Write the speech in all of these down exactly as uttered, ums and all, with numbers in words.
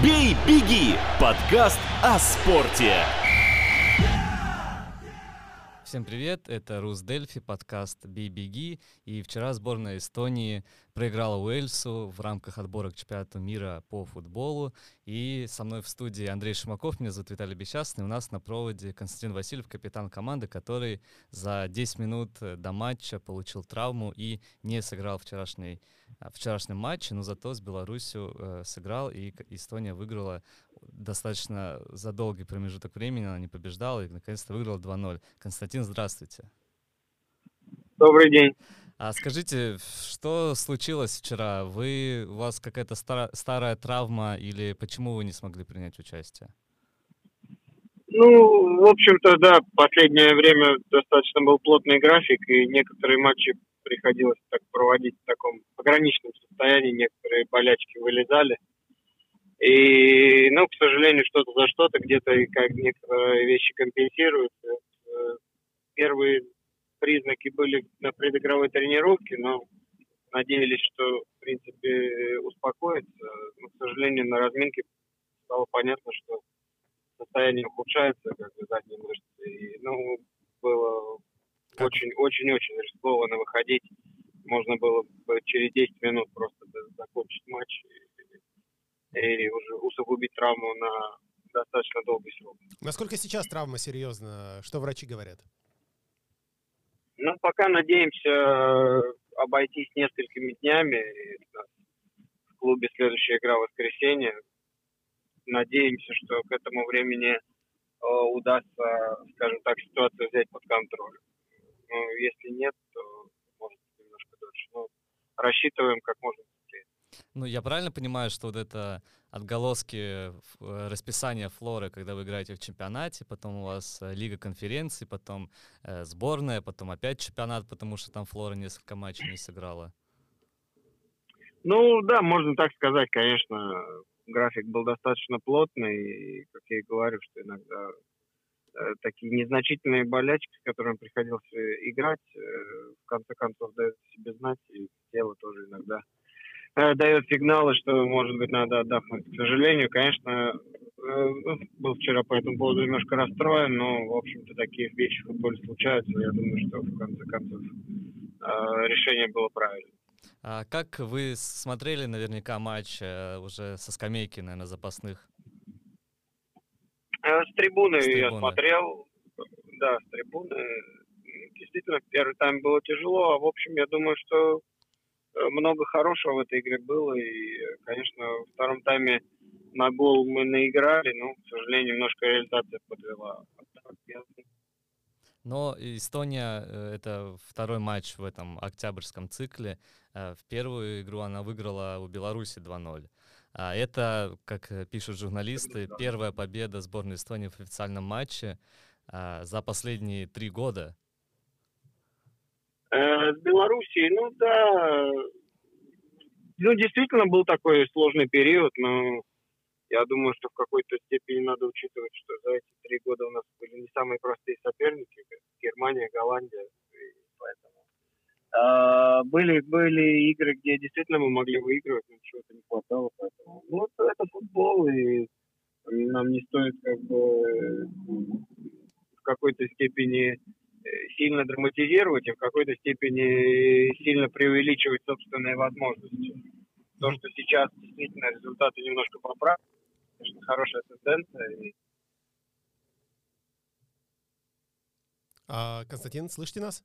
«Бей, беги» – подкаст о спорте. Всем привет, это Рус Дельфи, подкаст «Бей, беги». И вчера сборная Эстонии проиграла Уэльсу в рамках отбора к чемпионату мира по футболу. И со мной в студии Андрей Шимаков, меня зовут Виталий Бесчастный. У нас на проводе Константин Васильев, капитан команды, который за десять минут до матча получил травму и не сыграл вчерашний, вчерашнем матче, но зато с Беларусью э, сыграл, и Эстония выиграла достаточно за долгий промежуток времени, она не побеждала и наконец-то выиграла два ноль. Константин, здравствуйте. Добрый день. А скажите, что случилось вчера? Вы, у вас какая-то стара, старая травма или почему вы не смогли принять участие? Ну, в общем-то, да, последнее время достаточно был плотный график, и некоторые матчи приходилось так проводить в таком пограничном состоянии, некоторые болячки вылезали. И, ну, к сожалению, что-то за что-то, где-то и как некоторые вещи компенсируются. Первые признаки были на предигровой тренировке, но надеялись, что, в принципе, успокоится. Но, к сожалению, на разминке стало понятно, что состояние ухудшается, как бы задние мышцы. И, ну, было очень-очень-очень рискованно выходить. Можно было бы через десять минут просто закончить матч и, и уже усугубить травму на достаточно долгий срок. Насколько сейчас травма серьезна? Что врачи говорят? Ну, пока надеемся обойтись несколькими днями. В клубе следующая игра в воскресенье. Надеемся, что к этому времени э, удастся, скажем так, ситуацию взять под контроль. Но если нет, то может немножко дольше. Но рассчитываем как можно быстрее. Ну, я правильно понимаю, что вот это отголоски расписания флоры, когда вы играете в чемпионате, потом у вас лига конференций, потом э, сборная, потом опять чемпионат, потому что там флора несколько матчей не сыграла? Ну, да, можно так сказать, конечно. График был достаточно плотный, и, как я и говорю, что иногда э, такие незначительные болячки, с которыми приходилось играть, э, в конце концов дают себе знать, и тело тоже иногда э, дает сигналы, что, может быть, надо отдохнуть. К сожалению, конечно, э, был вчера по этому поводу немножко расстроен, но, в общем-то, такие вещи в футболе случаются. Я думаю, что, в конце концов, э, решение было правильным. А как вы смотрели наверняка матч э, уже со скамейки, наверное, запасных? С трибуны, С трибуны я смотрел. Да, с трибуны. Действительно, первый тайм было тяжело, а в общем, я думаю, что много хорошего в этой игре было. И, конечно, во втором тайме на гол мы наиграли, но, к сожалению, немножко реализация подвела. Но Эстония — это второй матч в этом октябрьском цикле. В первую игру она выиграла у Беларуси два ноль. А это, как пишут журналисты, первая победа сборной Эстонии в официальном матче за последние три года. Э, с Белоруссией, ну да, ну действительно был такой сложный период, но я думаю, что в какой-то степени надо учитывать, что за эти три года у нас были не самые простые соперники, как Германия, Голландия, и поэтому а, были, были игры, где действительно мы могли выигрывать, но чего-то не хватало, поэтому ну, это, это футбол, и нам не стоит как бы в какой-то степени сильно драматизировать и в какой-то степени сильно преувеличивать собственные возможности. То, что сейчас действительно результаты немножко поправлены, конечно, хорошая тенденция. А, Константин, слышите нас?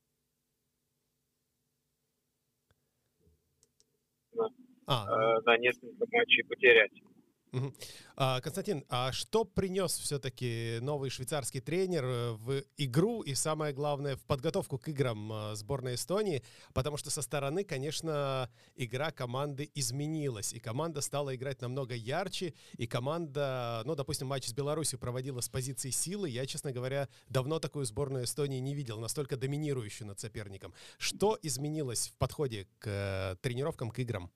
Да, а. Э, да, несколько матчей потерять. Угу. А, Константин, а что принес все-таки новый швейцарский тренер в игру и, самое главное, в подготовку к играм сборной Эстонии? Потому что со стороны, конечно, игра команды изменилась, и команда стала играть намного ярче, и команда, ну, допустим, матч с Беларусью проводила с позиции силы. Я, честно говоря, давно такую сборную Эстонии не видел, настолько доминирующую над соперником. Что изменилось в подходе к тренировкам, к играм?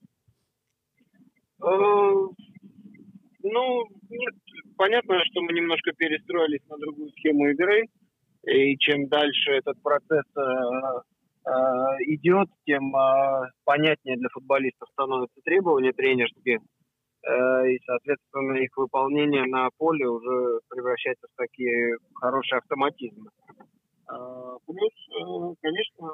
Ну, нет, понятно, что мы немножко перестроились на другую схему игры, и чем дальше этот процесс э, э, идет, тем э, понятнее для футболистов становятся требования тренерские. и, соответственно, их выполнение на поле уже превращается в такие хорошие автоматизмы. Плюс, конечно,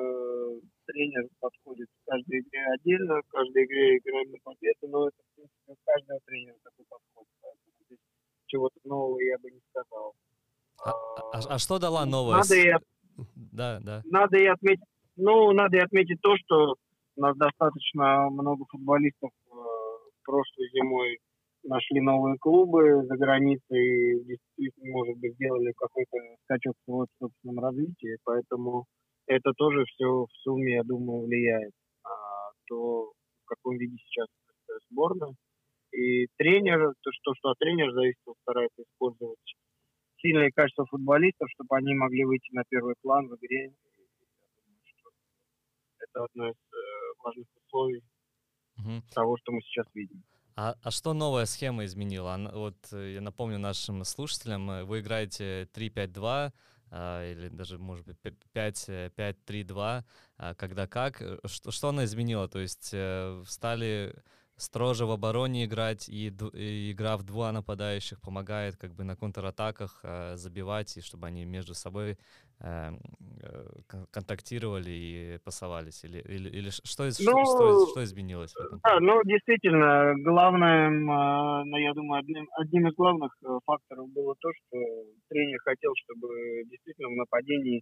тренер подходит к каждой игре отдельно, в каждой игре играем на победу, но это, в принципе, у каждого тренера такой подход. Здесь чего-то нового я бы не сказал. А, а, а что дала новая? Надо и, да, да. Надо и отметить, ну, надо и отметить то, что у нас достаточно много футболистов прошлой зимой нашли новые клубы за границей и действительно, может быть, сделали какой-то скачок в собственном развитии, поэтому это тоже все в сумме, я думаю, влияет на то, в каком виде сейчас сборная. И тренер, то, что, что от тренера зависит, он старается использовать сильные качества футболистов, чтобы они могли выйти на первый план в игре. Я думаю, что это одно из э, важных условий угу. того, что мы сейчас видим. А, а что новая схема изменила? Она, вот я напомню нашим слушателям, вы играете три пять два а, или даже, может быть, пять три два, а, когда как. Что, что она изменила? То есть э, стали строже в обороне играть, и, и игра в два нападающих помогает как бы на контратаках э, забивать, и чтобы они между собой э, контактировали и пасовались? Или, или, или что, ну, что, что, что изменилось в этом? Да, ну, действительно, главным, э, я думаю, одним, одним из главных факторов было то, что тренер хотел, чтобы действительно в нападении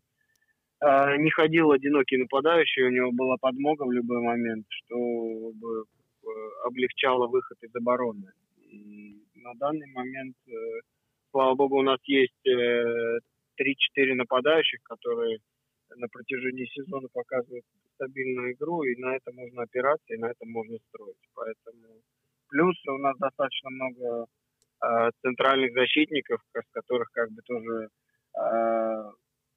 э, не ходил одинокий нападающий, у него была подмога в любой момент, чтобы облегчало выход из обороны. И на данный момент, э, слава богу, у нас есть э, три-четыре нападающих, которые на протяжении сезона показывают стабильную игру, и на это можно опираться, и на это можно строить. Поэтому плюс у нас достаточно много э, центральных защитников, с которых как бы тоже э,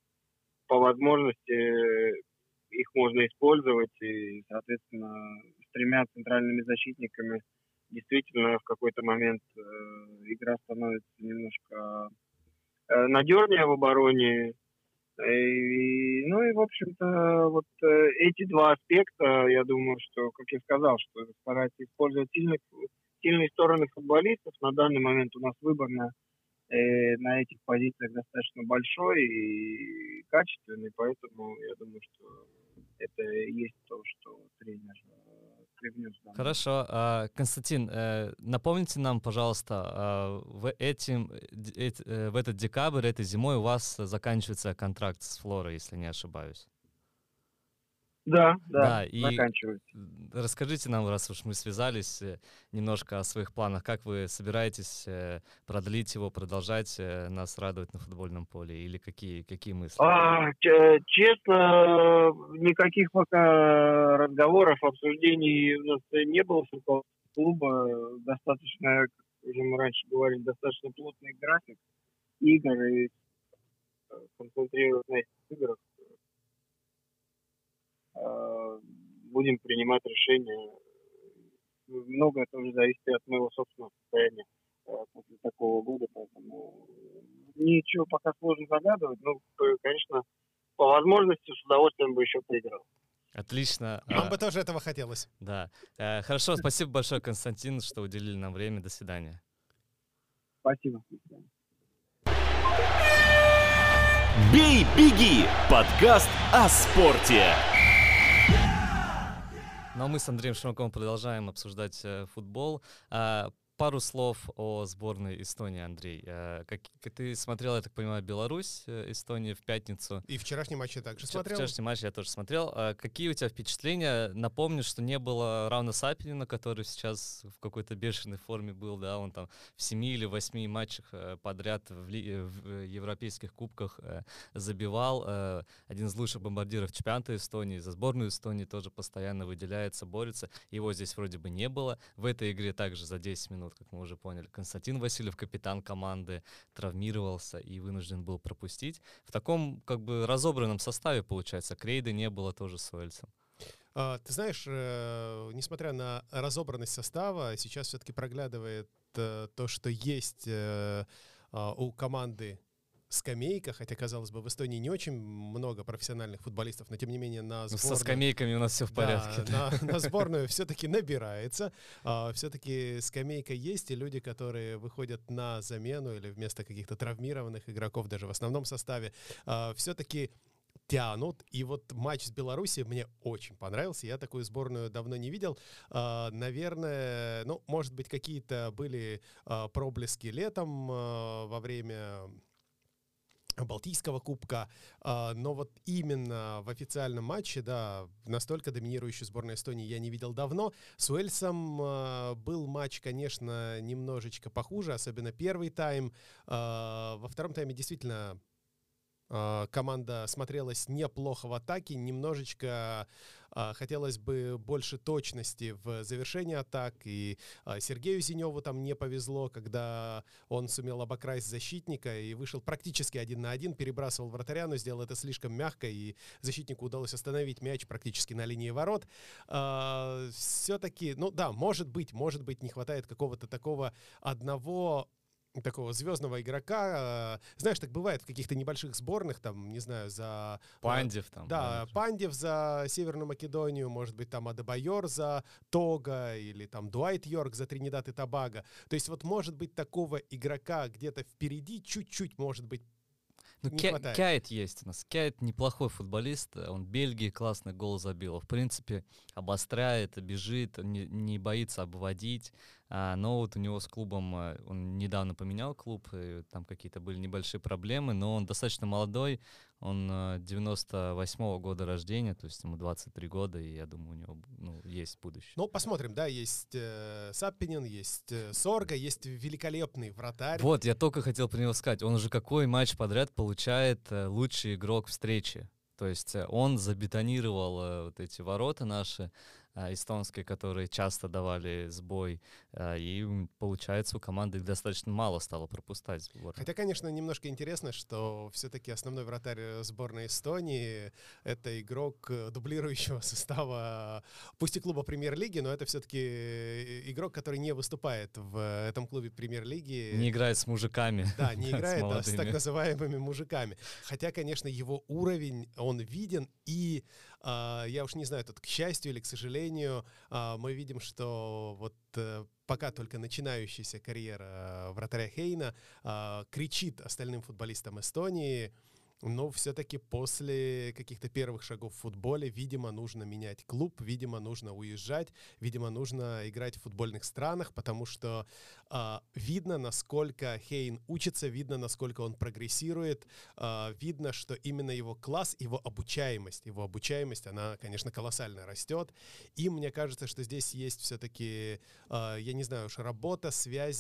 по возможности их можно использовать, и, соответственно, с тремя центральными защитниками действительно в какой-то момент э, игра становится немножко э, надежнее в обороне. И, ну и, в общем-то, вот э, эти два аспекта, я думаю, что, как я сказал, что стараются использовать сильных, сильные стороны футболистов. На данный момент у нас выбор на, э, на этих позициях достаточно большой и качественный, поэтому я думаю, что это и есть то, что тренер привнес. Хорошо. Константин, напомните нам, пожалуйста, в, этим, в этот декабрь, этой зимой у вас заканчивается контракт с Флорой, если не ошибаюсь. Да, да, да и заканчивается. Расскажите нам, раз уж мы связались, немножко о своих планах. Как вы собираетесь продлить его, продолжать нас радовать на футбольном поле? Или какие, какие мысли? А, честно, никаких пока разговоров, обсуждений у нас не было с клуба. Достаточно, как уже мы раньше говорили, достаточно плотный график игр и концентрироваться на этих играх. Будем принимать решения. Многое тоже зависит от моего собственного состояния после такого года, поэтому ничего пока сложно загадывать, но, конечно, по возможности с удовольствием бы еще поиграл. Отлично. Нам а, бы тоже этого хотелось. Да. А, хорошо, спасибо большое, Константин, что уделили нам время. До свидания. Спасибо. До свидания. «Бей, беги» — подкаст о спорте. Ну а мы с Андреем Шумаковым продолжаем обсуждать э, футбол. А, пару слов о сборной Эстонии, Андрей. А, как, как ты смотрел, я так понимаю, Беларусь, Эстония в пятницу. И вчерашний матч я также смотрел. Вчерашний матч я тоже смотрел. А, какие у тебя впечатления? Напомню, что не было Рауна Сапинина, который сейчас в какой-то бешеной форме был, да, он там в семи или восьми матчах подряд в, ли, в европейских кубках забивал. Один из лучших бомбардиров чемпионата Эстонии, за сборную Эстонии тоже постоянно выделяется, борется. Его здесь вроде бы не было. В этой игре также за десять минут, как мы уже поняли, Константин Васильев, капитан команды, травмировался и вынужден был пропустить. В таком как бы разобранном составе, получается, Крейды не было тоже с Уэльсом. А, ты знаешь, э, несмотря на разобранность состава, сейчас все-таки проглядывает э, то, что есть э, э, у команды скамейка, хотя, казалось бы, в Эстонии не очень много профессиональных футболистов, но, тем не менее, на Ну, сборную... со скамейками у нас все в порядке. Да, на, на сборную все-таки набирается. А, все-таки скамейка есть, и люди, которые выходят на замену или вместо каких-то травмированных игроков, даже в основном составе, а, все-таки тянут. И вот матч с Беларусью мне очень понравился. Я такую сборную давно не видел. А, наверное, ну, может быть, какие-то были а, проблески летом а, во время Балтийского кубка, а, но вот именно в официальном матче, да, настолько доминирующую сборную Эстонии я не видел давно. С Уэльсом а, был матч, конечно, немножечко похуже, особенно первый тайм. А, во втором тайме действительно а, команда смотрелась неплохо в атаке, немножечко а, хотелось бы больше точности в завершении атак, и а, Сергею Зиневу там не повезло, когда он сумел обокрасть защитника и вышел практически один на один, перебрасывал вратаря, но сделал это слишком мягко, и защитнику удалось остановить мяч практически на линии ворот. А, все-таки, ну да, может быть, может быть, не хватает какого-то такого одного такого звездного игрока. Знаешь, так бывает в каких-то небольших сборных, там, не знаю, за... Пандев там. Да, Пандев за Северную Македонию, может быть, там Адебайор за Того, или там Дуайт Йорк за Тринидад и Тобаго. То есть вот может быть такого игрока где-то впереди чуть-чуть, может быть, Ну, не Кя- хватает. Кяйт есть у нас. Кяйт неплохой футболист. Он в Бельгии классный гол забил. В принципе, обостряет, бежит, не, не боится обводить. А, но вот у него с клубом, он недавно поменял клуб, и там какие-то были небольшие проблемы, но он достаточно молодой. Он девяносто восьмого года рождения, то есть ему двадцать три года, и я думаю, у него ну, есть будущее. Ну, посмотрим, да, есть э, Саппинин, есть э, Сорга, есть великолепный вратарь. Вот, я только хотел про него сказать. Он уже какой матч подряд получает э, лучший игрок встречи. То есть э, он забетонировал э, вот эти ворота наши, э, эстонские, которые часто давали сбой. Э, и м, получается, у команды их достаточно мало стало пропускать сбор. Хотя, конечно, немножко интересно, что все-таки основной вратарь сборной Эстонии — это игрок э, дублирующего состава, пусть и клуба премьер-лиги, но это все-таки игрок, который не выступает в этом клубе премьер-лиги. Не играет с мужиками. Да, не играет, а с молодыми. так называемыми мужиками. Хотя, конечно, его уровень, он виден, и а, я уж не знаю, тут к счастью или к сожалению, а, мы видим, что вот а, пока только начинающаяся карьера вратаря Хейна а, кричит остальным футболистам Эстонии, но все-таки после каких-то первых шагов в футболе, видимо, нужно менять клуб, видимо, нужно уезжать, видимо, нужно играть в футбольных странах, потому что а, видно, насколько Хейн учится, видно, насколько он прогрессирует, а, видно, что именно его класс, его обучаемость, его обучаемость, она, конечно, колоссально растет. И мне кажется, что здесь есть все-таки, а, я не знаю уж, работа,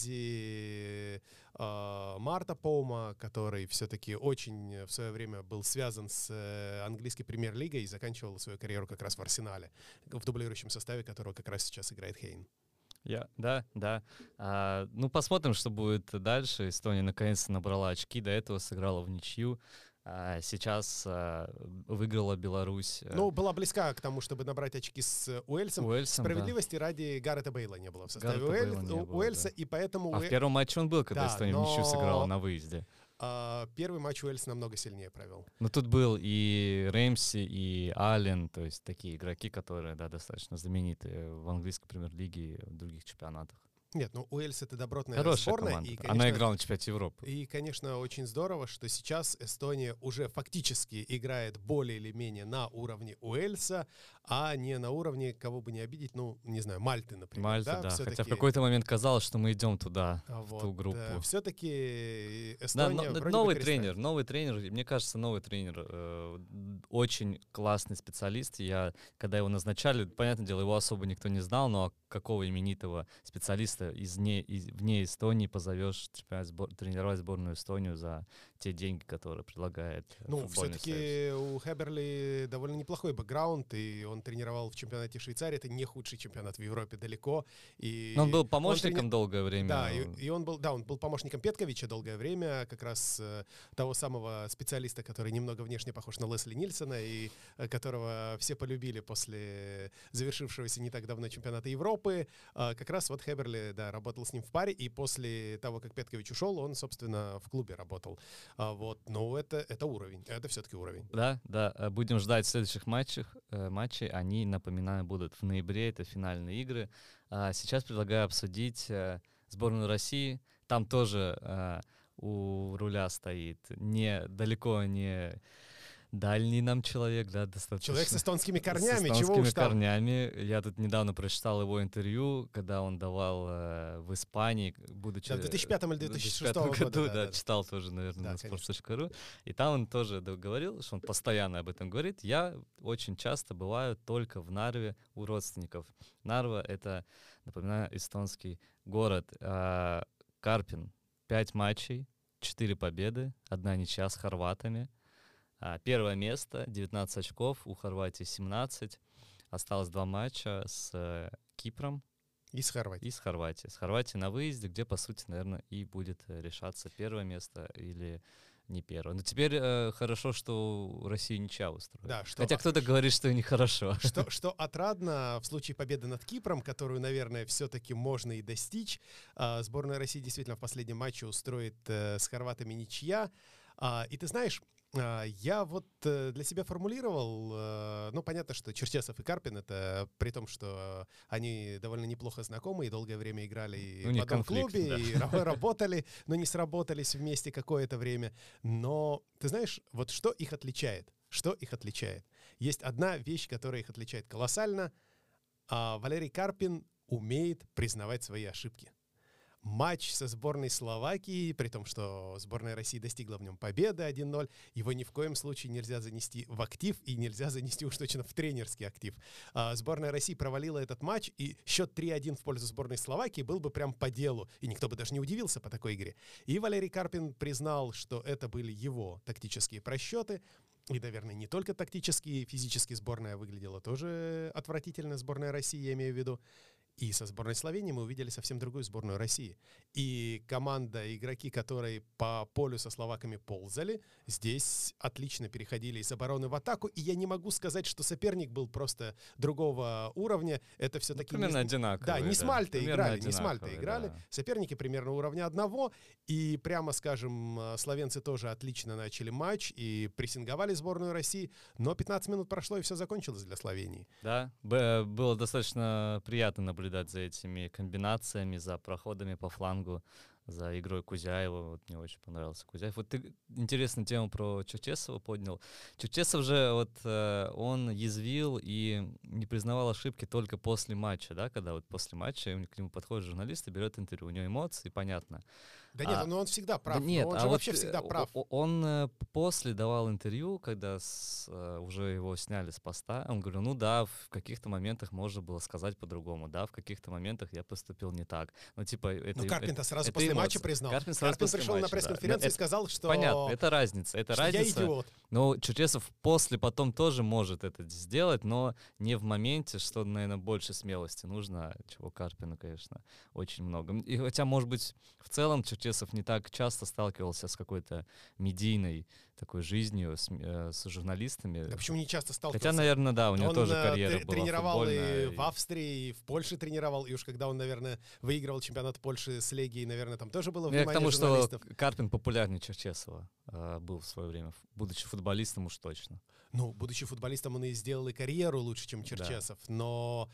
связи а, Марта Поума, который все-таки очень в свое время был связан с э, английской премьер-лигой и заканчивал свою карьеру как раз в Арсенале, в дублирующем составе которого как раз сейчас играет Хейн. Я, да, да. А, ну, посмотрим, что будет дальше. Эстония наконец-то набрала очки. До этого сыграла в ничью. А сейчас а, выиграла Беларусь. Ну, была близка к тому, чтобы набрать очки с Уэльсом. Уэльсом, Справедливости да. ради Гаррета Бейла не было в составе Гаррета Уэль... Бейла не было, Уэльса, да. и поэтому... А Уэль... в первом матче он был, когда Да, Эстония но... в ничью сыграла на выезде. А, первый матч Уэльс намного сильнее провел. Ну, тут был и Рэмси, и Аллен, то есть такие игроки, которые, да, достаточно знаменитые в английской премьер-лиге и в других чемпионатах. Нет, ну Уэльс — это добротная Хорошая сборная. команда. И, да. конечно, Она играла на чемпионате Европы. И, конечно, очень здорово, что сейчас Эстония уже фактически играет более или менее на уровне Уэльса, а не на уровне, кого бы не обидеть, ну, не знаю, Мальты, например. Мальта, да. Все-таки... Хотя в какой-то момент казалось, что мы идем туда, вот, в ту группу. Да, все-таки Да, Эстония но, вроде новый бы тренер, новый тренер, мне кажется, новый тренер, э, очень классный специалист. Я, когда его назначали, понятное дело, его особо никто не знал, но какого именитого специалиста из не, из, вне Эстонии позовешь сбор, тренировать сборную Эстонию за те деньги, которые предлагает Ну, футбольный все-таки союз. у Хеберли довольно неплохой бэкграунд, и он тренировал в чемпионате Швейцарии. Это не худший чемпионат в Европе далеко. И Но он был помощником он трени... долгое время. Да, и, и он был, да, он был помощником Петковича долгое время, как раз э, того самого специалиста, который немного внешне похож на Лесли Нильсона, и э, которого все полюбили после завершившегося не так давно чемпионата Европы. Европы. А, как раз вот Хеберли, да, работал с ним в паре, и после того, как Петкович ушел, он, собственно, в клубе работал. А, вот, ну, это, это уровень, это все-таки уровень. Да, да, э, будем ждать следующих матчей. Э, матчей. Они, напоминаю, будут в ноябре, это финальные игры. А сейчас предлагаю обсудить э, сборную России. Там тоже э, у руля стоит не далеко не дальний нам человек, да, достаточно. Человек с эстонскими корнями, с чего уж эстонскими там. корнями. Я тут недавно прочитал его интервью, когда он давал э, в Испании, будучи... Да, в две тысячи пятом или две тысячи шестом году, году, да, да, да. читал тоже, наверное, Да, на конечно. sports точка ru. И там он тоже говорил, что он постоянно об этом говорит. Я очень часто бываю только в Нарве у родственников. Нарва — это, напоминаю, эстонский город. А, Карпин. Пять матчей, четыре победы, одна ничья с хорватами. А, первое место, девятнадцать очков, у Хорватии семнадцать. Осталось два матча с э, Кипром И с Хорватией. и с Хорватией. С Хорватией на выезде, где, по сути, наверное, и будет э, решаться первое место или не первое. Но теперь э, хорошо, что у России ничья устроена. Да, что- Хотя кто-то говорит, что нехорошо. Что, что отрадно, в случае победы над Кипром, которую, наверное, все-таки можно и достичь, а, сборная России действительно в последнем матче устроит э, с хорватами ничья. А, и ты знаешь, а, я вот э, для себя формулировал, э, ну, понятно, что Черчесов и Карпин, это при том, что они довольно неплохо знакомы и долгое время играли и У в них одном конфликт, клубе, да. и ра- работали, но не сработались вместе какое-то время. Но, ты знаешь, вот что их отличает? Что их отличает? Есть одна вещь, которая их отличает колоссально. А Валерий Карпин умеет признавать свои ошибки. Матч со сборной Словакии, при том, что сборная России достигла в нем победы один ноль, его ни в коем случае нельзя занести в актив и нельзя занести уж точно в тренерский актив. А, сборная России провалила этот матч, и счет три один в пользу сборной Словакии был бы прям по делу, и никто бы даже не удивился по такой игре. И Валерий Карпин признал, что это были его тактические просчеты, и, наверное, не только тактические, физически сборная выглядела тоже отвратительно, сборная России, я имею в виду. И со сборной Словении мы увидели совсем другую сборную России. И команда, игроки, которые по полю со словаками ползали, здесь отлично переходили из обороны в атаку. И я не могу сказать, что соперник был просто другого уровня. Это все-таки... Примерно не, одинаковые. Да, не с да. Мальтой Примерно играли, не с Мальтой одинаковые, играли. да. Соперники примерно уровня одного. И прямо скажем, словенцы тоже отлично начали матч и прессинговали сборную России. Но пятнадцать минут прошло, и все закончилось для Словении. Да, Б- было достаточно приятно наблюдать за этими комбинациями, за проходами по флангу, за игрой Кузяева. Вот мне очень понравился Кузяев. Вот ты интересную тему про Черчесова поднял. Черчесов же, вот э, он язвил и не признавал ошибки только после матча, да, когда вот после матча к нему подходит журналист и берет интервью. У него эмоции, понятно. Да нет, А- но он всегда прав. Да нет, но он а же вот, вообще э, всегда о- прав. о- Он э, после давал интервью, когда с, э, уже его сняли с поста. Он говорил, ну да, в каких-то моментах можно было сказать по-другому, да, в каких-то моментах я поступил не так. Ну типа это. Ну, Карпин-то это- сразу это после эмоции. матча признал. Карпин Карпин, сразу после пришел матча, на да. пресс-конференцию Но и сказал, что... Понятно, это разница, это что я разница. идиот. Но Черчесов после потом тоже может это сделать, но не в моменте, что, наверное, больше смелости нужно, чего Карпину, конечно, очень много. И хотя, может быть, в целом Черчесов не так часто сталкивался с какой-то медийной такой жизнью, с, э, с журналистами. Да почему не часто сталкивался? Хотя, наверное, да, у него Он тоже э, карьера тре- была тренировал и футбольная. в Австрии, и в Польше тренировал, и уж когда он, наверное, выигрывал чемпионат Польши с Легией, наверное, там тоже было Ну, внимание я к тому, что журналистов. Карпин популярнее Черчесова э, был в свое время, будучи футболистом уж точно. Ну, будучи футболистом, он и сделал и карьеру лучше, чем Черчесов, но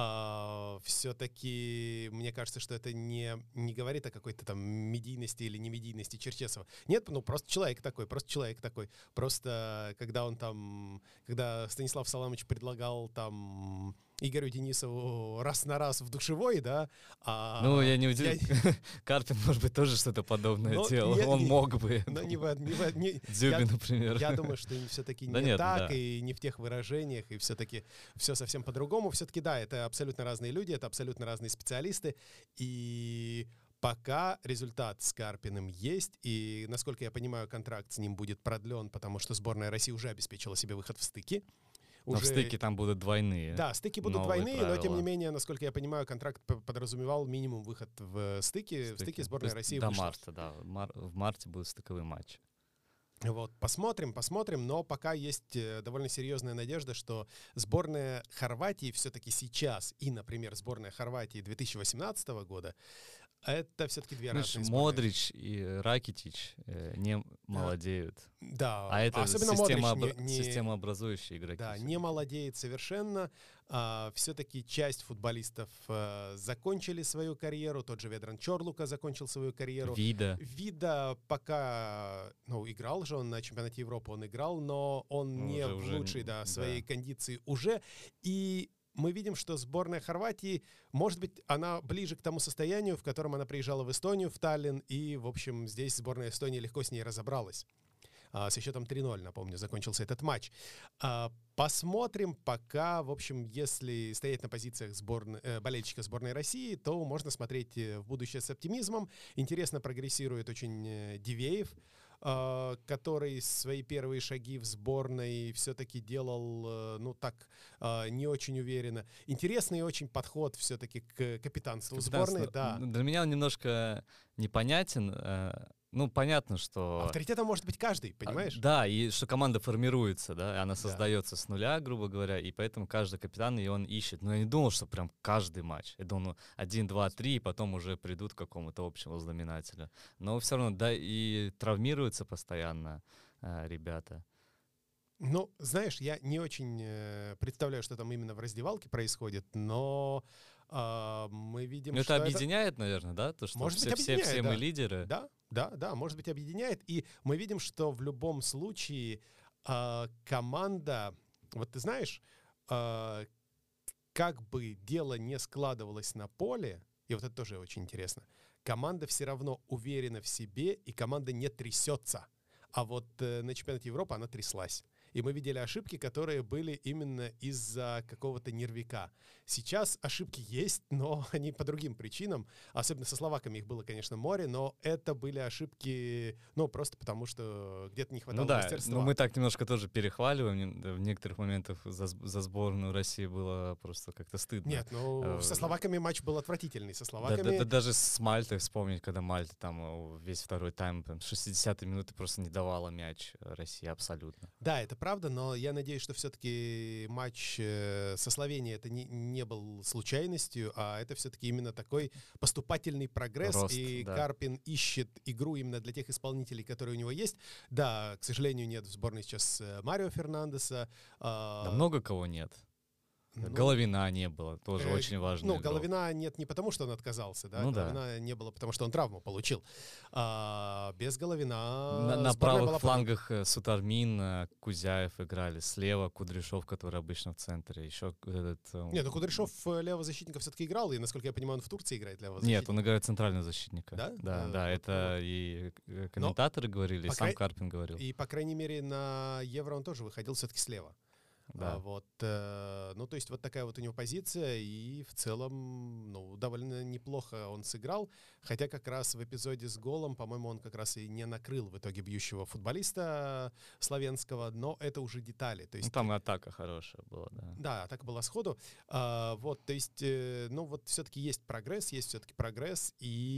а, все-таки мне кажется, что это не, не говорит о какой-то там медийности или немедийности Черчесова. Нет, ну просто человек такой, просто человек такой. Просто когда он там, когда Станислав Саламович предлагал там Игорю Денисову раз на раз в душевой, да. А, Ну, я не удивлен. Карпин, может быть, тоже что-то подобное Но делал. я- Он не- мог бы. Но не в- не в- не- Дзюбин, я- например. Я думаю, что все-таки Да не нет, так, да. и не в тех выражениях, и все-таки все совсем по-другому. Все-таки, да, это абсолютно разные люди, это абсолютно разные специалисты, и пока результат с Карпиным есть, и, насколько я понимаю, контракт с ним будет продлен, потому что сборная России уже обеспечила себе выход в стыки. Но в стыке там будут двойные. Да, стыки будут новые двойные, но тем правила. не менее, насколько я понимаю, контракт п- подразумевал минимум выход в стыки. В стыки Стыки. сборная То есть России до вышла. марта, да. В, мар- в марте будут стыковые матчи. Вот, посмотрим, посмотрим, но пока есть э, довольно серьезная надежда, что сборная Хорватии все-таки сейчас и, например, сборная Хорватии две тысячи восемнадцатого года это все-таки две Знаешь, разные сборные. Модрич и Ракитич э, не молодеют. Да, А это особенно система, Модрич обра- не, не- системообразующие игроки. да, всё-таки. не молодеет совершенно. А, все-таки часть футболистов а, закончили свою карьеру. Тот же Ведран Чорлука закончил свою карьеру. Вида. Вида пока, ну, играл же он на чемпионате Европы, он играл, но он Ну, не уже- в уже лучшей, н- да, да. своей кондиции уже. И мы видим, что сборная Хорватии, может быть, она ближе к тому состоянию, в котором она приезжала в Эстонию, в Таллин, и, в общем, здесь сборная Эстонии легко с ней разобралась. А, со счетом три ноль, напомню, закончился этот матч. А, посмотрим, пока, в общем, если стоять на позициях сборной, э, болельщика сборной России, то можно смотреть э, в будущее с оптимизмом. Интересно прогрессирует очень э, Дивеев, э, который свои первые шаги в сборной все-таки делал, э, ну так, э, не очень уверенно. Интересный очень подход все-таки к капитанству сборной, да. Для меня он немножко непонятен. э, Ну, понятно, что... Авторитетом может быть каждый, понимаешь? А, Да, и что команда формируется, да, и она создается с нуля, грубо говоря, и поэтому каждый капитан, и он ищет. Но я не думал, что прям каждый матч. Я думал, ну, один, два, три, и потом уже придут к какому-то общему знаменателю. Но все равно, да, и травмируются постоянно э, ребята. Ну, знаешь, я не очень э, представляю, что там именно в раздевалке происходит, но э, мы видим, Ну, что это объединяет, наверное, да? То, что Может все, быть, все, объединяет, все да. мы лидеры. Да, да, да, может быть, объединяет. И мы видим, что в любом случае э, команда, вот ты знаешь, э, как бы дело не складывалось на поле, и вот это тоже очень интересно, команда все равно уверена в себе, и команда не трясется. А вот э, на чемпионате Европы она тряслась. И мы видели ошибки, которые были именно из-за какого-то нервика. Сейчас ошибки есть, но они по другим причинам. Особенно со словаками их было, конечно, море, но это были ошибки, ну, просто потому что где-то не хватало Ну да, мастерства. но мы так немножко тоже перехваливаем. Не- В некоторых моментах за, с- за сборную России было просто как-то стыдно. Нет, ну, Э, со словаками матч был отвратительный. Со Да, словаками... да- да даже с Мальтой вспомнить, когда Мальта там э, весь второй тайм, там, шестидесятой минуты просто не давала мяч России абсолютно. Да, это правда, но я надеюсь, что все-таки матч э, со Словенией это не, не был случайностью, а это все-таки именно такой поступательный прогресс, Рост, и да. Карпин ищет игру именно для тех исполнителей, которые у него есть. Да, к сожалению, нет в сборной сейчас э, Марио Фернандеса. а, Да много кого нет. ну, Головина не было, тоже э, очень важно. Ну, Головина нет не потому, что он отказался, да, Ну да. Головина не было, потому что он травму получил. А, без Головина На, на сборная правых была флангах э, Сутармин, э, Кузяев играли, слева Кудряшов, который обычно в центре, еще этот... э, Нет, ну Кудряшов э, левого защитника все-таки играл, и, насколько я понимаю, он в Турции играет левого Нет, защитника. он играет центрального защитника. Да? Да, А, да, вот, это и э, комментаторы говорили, и по сам край- Карпин говорил. И, по крайней мере, на Евро он тоже выходил все-таки слева. Да. А, вот, э, ну, то есть вот такая вот у него позиция, и в целом, ну, довольно неплохо он сыграл, хотя как раз в эпизоде с голом, по-моему, он как раз и не накрыл в итоге бьющего футболиста славянского, но это уже детали. То есть, Ну, там и атака хорошая была, да. да, атака была сходу. А, вот, то есть, э, ну, вот все-таки есть прогресс, есть все-таки прогресс,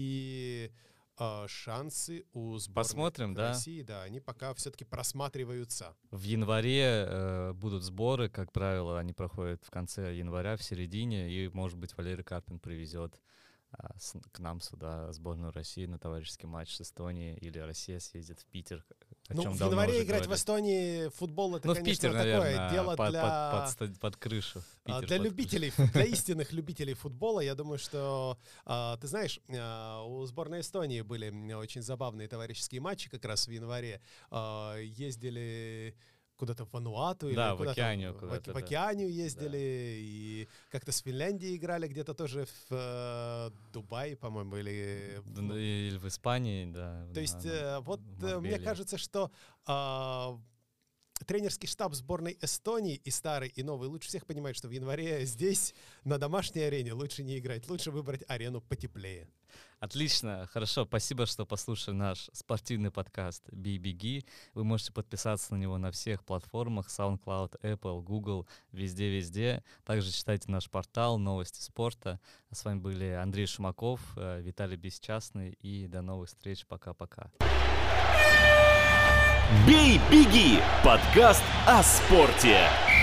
и а, шансы у сборной Посмотрим, да. России, да, они пока все-таки просматриваются. В январе э, будут сборы, как правило, они проходят в конце января, в середине, и, может быть, Валерий Карпин привезет а, с- к нам сюда сборную России на товарищеский матч с Эстонией, или Россия съездит в Питер. О Ну, чем в давно январе уже играть в говорят. Эстонии футбол это, Ну, в конечно, Питер, такое наверное, дело под, для, под, под ста- под крышу. а, Питер для под любителей, для истинных любителей футбола. Я думаю, что, а, ты знаешь, а, у сборной Эстонии были м, очень забавные товарищеские матчи как раз в январе. А, ездили куда-то в Вануату или Да, в куда-то Океанию в, куда-то, в да. Океанию ездили, и как-то с Финляндией играли где-то тоже в э, Дубае, по-моему, или в- Д- Или в Испании, да. То есть на- э, вот в э, мне Марбеле. кажется, что а, тренерский штаб сборной Эстонии и старый, и новый лучше всех понимает, что в январе здесь, на домашней арене, лучше не играть, лучше выбрать арену потеплее. Отлично, хорошо, спасибо, что послушали наш спортивный подкаст «Бей, беги». Вы можете подписаться на него на всех платформах: SoundCloud, Apple, Google, везде-везде. Также читайте наш портал «Новости спорта». А с вами были Андрей Шумаков, э, Виталий Бесчастный, и до новых встреч, пока-пока. «Бей, беги» – подкаст о спорте.